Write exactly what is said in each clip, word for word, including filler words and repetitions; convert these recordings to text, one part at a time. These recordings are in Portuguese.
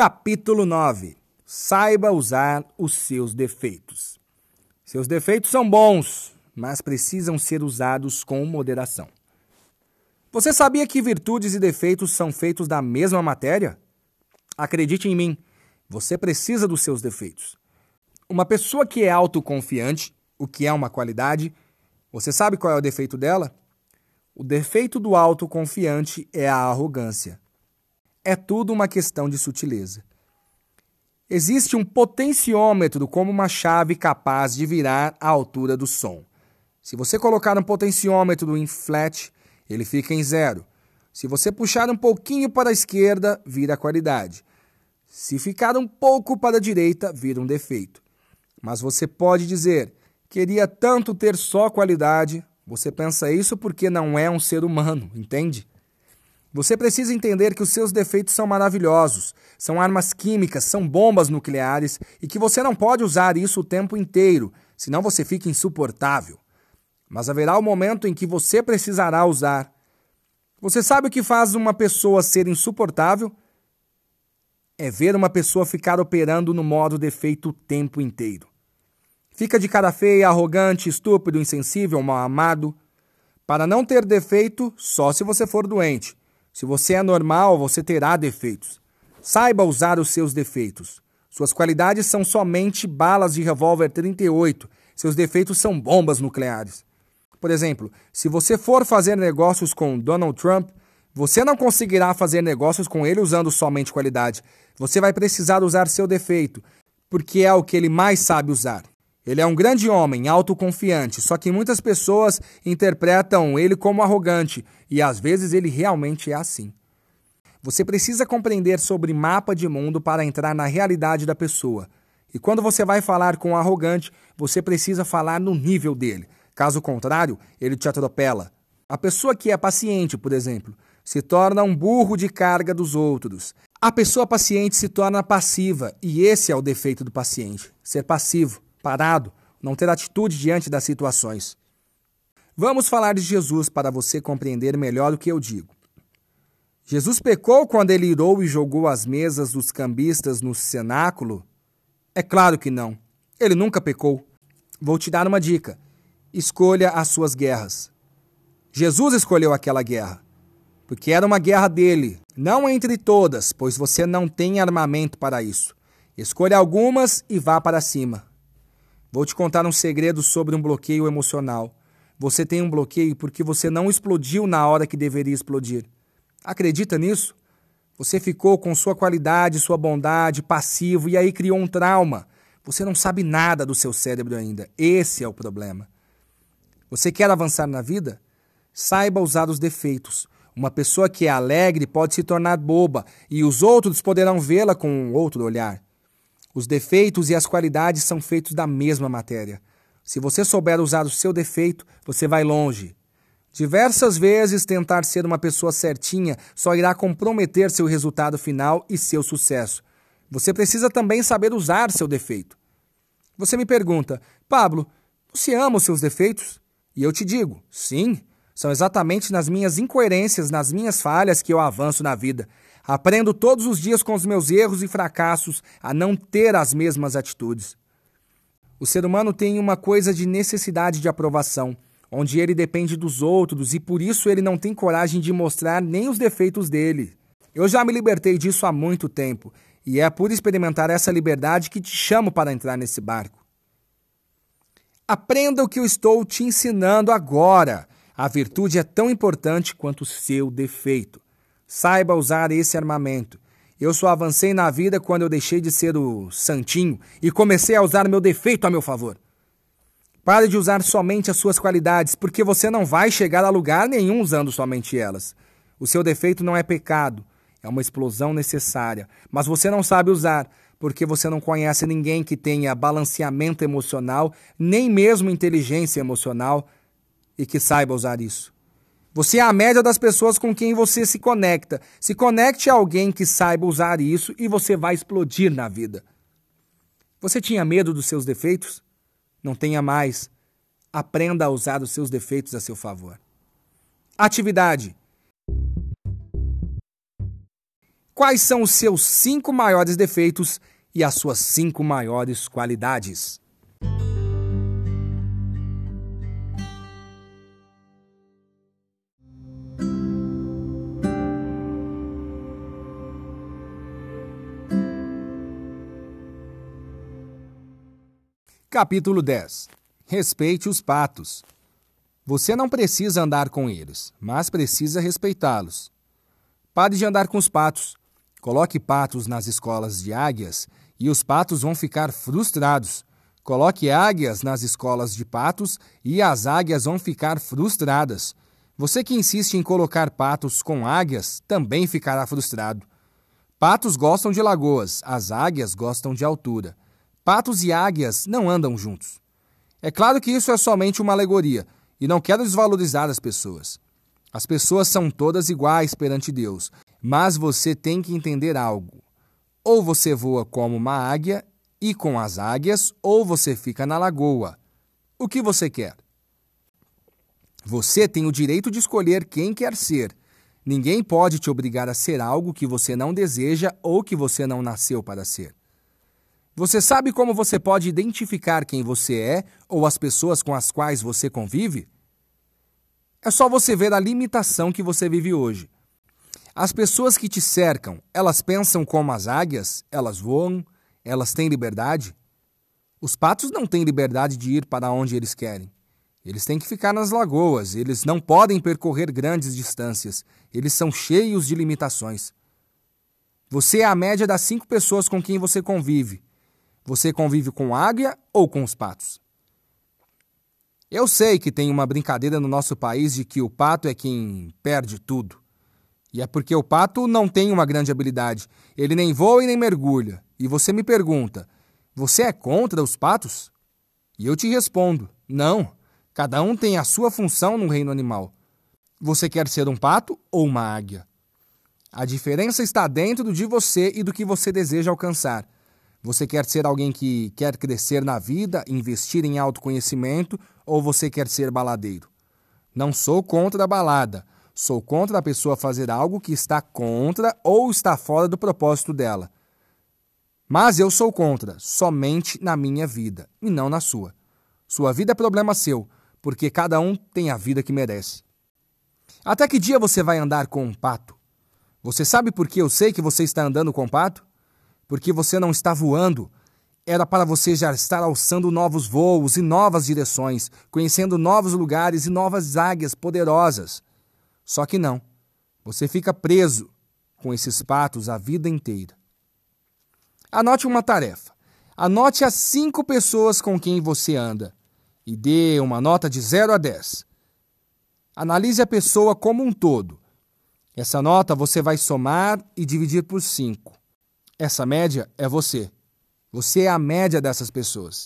Capítulo nove. Saiba usar os seus defeitos. Seus defeitos são bons, mas precisam ser usados com moderação. Você sabia que virtudes e defeitos são feitos da mesma matéria? Acredite em mim, você precisa dos seus defeitos. Uma pessoa que é autoconfiante, o que é uma qualidade, você sabe qual é o defeito dela? O defeito do autoconfiante é a arrogância. É tudo uma questão de sutileza. Existe um potenciômetro como uma chave capaz de virar a altura do som. Se você colocar um potenciômetro em flat, ele fica em zero. Se você puxar um pouquinho para a esquerda, vira qualidade. Se ficar um pouco para a direita, vira um defeito. Mas você pode dizer, queria tanto ter só qualidade. Você pensa isso porque não é um ser humano, entende? Você precisa entender que os seus defeitos são maravilhosos, são armas químicas, são bombas nucleares e que você não pode usar isso o tempo inteiro, senão você fica insuportável. Mas haverá um momento em que você precisará usar. Você sabe o que faz uma pessoa ser insuportável? É ver uma pessoa ficar operando no modo defeito o tempo inteiro. Fica de cara feia, arrogante, estúpido, insensível, mal amado. Para não ter defeito, só se você for doente. Se você é normal, você terá defeitos. Saiba usar os seus defeitos. Suas qualidades são somente balas de revólver trinta e oito. Seus defeitos são bombas nucleares. Por exemplo, se você for fazer negócios com Donald Trump, você não conseguirá fazer negócios com ele usando somente qualidade. Você vai precisar usar seu defeito, porque é o que ele mais sabe usar. Ele é um grande homem, autoconfiante, só que muitas pessoas interpretam ele como arrogante, e às vezes ele realmente é assim. Você precisa compreender sobre mapa de mundo para entrar na realidade da pessoa. E quando você vai falar com um arrogante, você precisa falar no nível dele. Caso contrário, ele te atropela. A pessoa que é paciente, por exemplo, se torna um burro de carga dos outros. A pessoa paciente se torna passiva, e esse é o defeito do paciente, ser passivo. Parado, não ter atitude diante das situações. Vamos falar de Jesus para você compreender melhor o que eu digo. Jesus pecou quando ele irou e jogou as mesas dos cambistas no cenáculo? É claro que não. Ele nunca pecou. Vou te dar uma dica. Escolha as suas guerras. Jesus escolheu aquela guerra, porque era uma guerra dele, não entre todas, pois você não tem armamento para isso. Escolha algumas e vá para cima. Vou te contar um segredo sobre um bloqueio emocional. Você tem um bloqueio porque você não explodiu na hora que deveria explodir. Acredita nisso? Você ficou com sua qualidade, sua bondade, passivo, e aí criou um trauma. Você não sabe nada do seu cérebro ainda. Esse é o problema. Você quer avançar na vida? Saiba usar os defeitos. Uma pessoa que é alegre pode se tornar boba, e os outros poderão vê-la com um outro olhar. Os defeitos e as qualidades são feitos da mesma matéria. Se você souber usar o seu defeito, você vai longe. Diversas vezes tentar ser uma pessoa certinha só irá comprometer seu resultado final e seu sucesso. Você precisa também saber usar seu defeito. Você me pergunta, Pablo, você ama os seus defeitos? E eu te digo, sim, são exatamente nas minhas incoerências, nas minhas falhas que eu avanço na vida. Aprendo todos os dias com os meus erros e fracassos a não ter as mesmas atitudes. O ser humano tem uma coisa de necessidade de aprovação, onde ele depende dos outros e por isso ele não tem coragem de mostrar nem os defeitos dele. Eu já me libertei disso há muito tempo e é por experimentar essa liberdade que te chamo para entrar nesse barco. Aprenda o que eu estou te ensinando agora. A virtude é tão importante quanto o seu defeito. Saiba usar esse armamento. Eu só avancei na vida quando eu deixei de ser o santinho e comecei a usar meu defeito a meu favor. Pare de usar somente as suas qualidades, porque você não vai chegar a lugar nenhum usando somente elas. O seu defeito não é pecado, é uma explosão necessária, mas você não sabe usar, porque você não conhece ninguém que tenha balanceamento emocional, nem mesmo inteligência emocional, e que saiba usar isso. Você é a média das pessoas com quem você se conecta. Se conecte a alguém que saiba usar isso e você vai explodir na vida. Você tinha medo dos seus defeitos? Não tenha mais. Aprenda a usar os seus defeitos a seu favor. Atividade. Quais são os seus cinco maiores defeitos e as suas cinco maiores qualidades? Capítulo dez. Respeite os patos. Você não precisa andar com eles, mas precisa respeitá-los. Pare de andar com os patos. Coloque patos nas escolas de águias e os patos vão ficar frustrados. Coloque águias nas escolas de patos e as águias vão ficar frustradas. Você que insiste em colocar patos com águias também ficará frustrado. Patos gostam de lagoas, as águias gostam de altura. Patos e águias não andam juntos. É claro que isso é somente uma alegoria, e não quero desvalorizar as pessoas. As pessoas são todas iguais perante Deus, mas você tem que entender algo. Ou você voa como uma águia e com as águias, ou você fica na lagoa. O que você quer? Você tem o direito de escolher quem quer ser. Ninguém pode te obrigar a ser algo que você não deseja ou que você não nasceu para ser. Você sabe como você pode identificar quem você é ou as pessoas com as quais você convive? É só você ver a limitação que você vive hoje. As pessoas que te cercam, elas pensam como as águias? Elas voam? Elas têm liberdade? Os patos não têm liberdade de ir para onde eles querem. Eles têm que ficar nas lagoas, eles não podem percorrer grandes distâncias, eles são cheios de limitações. Você é a média das cinco pessoas com quem você convive. Você convive com águia ou com os patos? Eu sei que tem uma brincadeira no nosso país de que o pato é quem perde tudo. E é porque o pato não tem uma grande habilidade. Ele nem voa e nem mergulha. E você me pergunta, você é contra os patos? E eu te respondo, não. Cada um tem a sua função no reino animal. Você quer ser um pato ou uma águia? A diferença está dentro de você e do que você deseja alcançar. Você quer ser alguém que quer crescer na vida, investir em autoconhecimento, ou você quer ser baladeiro? Não sou contra a balada. Sou contra a pessoa fazer algo que está contra ou está fora do propósito dela. Mas eu sou contra, somente na minha vida, e não na sua. Sua vida é problema seu, porque cada um tem a vida que merece. Até que dia você vai andar com um pato? Você sabe por que eu sei que você está andando com um pato? Porque você não está voando. Era para você já estar alçando novos voos e novas direções, conhecendo novos lugares e novas águias poderosas. Só que não. Você fica preso com esses patos a vida inteira. Anote uma tarefa. Anote as cinco pessoas com quem você anda e dê uma nota de zero a dez. Analise a pessoa como um todo. Essa nota você vai somar e dividir por cinco. Essa média é você. Você é a média dessas pessoas.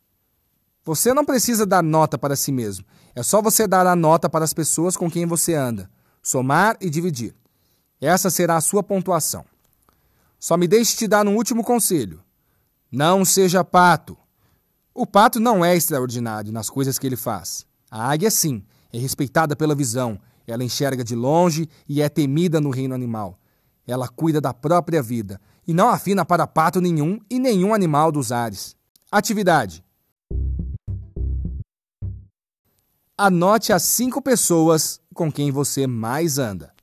Você não precisa dar nota para si mesmo. É só você dar a nota para as pessoas com quem você anda. Somar e dividir. Essa será a sua pontuação. Só me deixe te dar um último conselho. Não seja pato. O pato não é extraordinário nas coisas que ele faz. A águia, sim, é respeitada pela visão. Ela enxerga de longe e é temida no reino animal. Ela cuida da própria vida e não afina para pato nenhum e nenhum animal dos ares. Atividade. Anote as cinco pessoas com quem você mais anda.